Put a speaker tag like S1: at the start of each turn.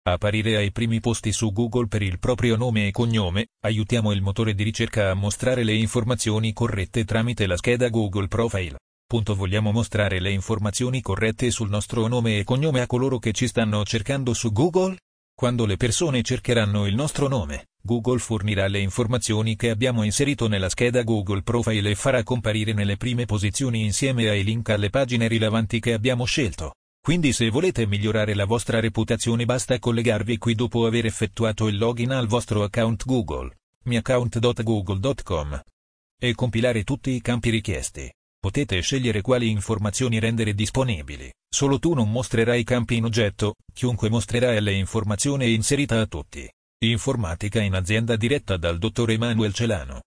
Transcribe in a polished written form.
S1: Apparire ai primi posti su Google per il proprio nome e cognome. Aiutiamo il motore di ricerca a mostrare le informazioni corrette tramite la scheda Google Profile. Vogliamo mostrare le informazioni corrette sul nostro nome e cognome a coloro che ci stanno cercando su Google? Quando le persone cercheranno il nostro nome, Google fornirà le informazioni che abbiamo inserito nella scheda Google Profile e farà comparire nelle prime posizioni insieme ai link alle pagine rilevanti che abbiamo scelto. Quindi se volete migliorare la vostra reputazione basta collegarvi qui dopo aver effettuato il login al vostro account Google, miaccount.google.com, e compilare tutti i campi richiesti. Potete scegliere quali informazioni rendere disponibili. Solo tu non mostrerai i campi in oggetto, chiunque mostrerà le informazioni inserite a tutti. Informatica in azienda diretta dal dottor Emanuel Celano.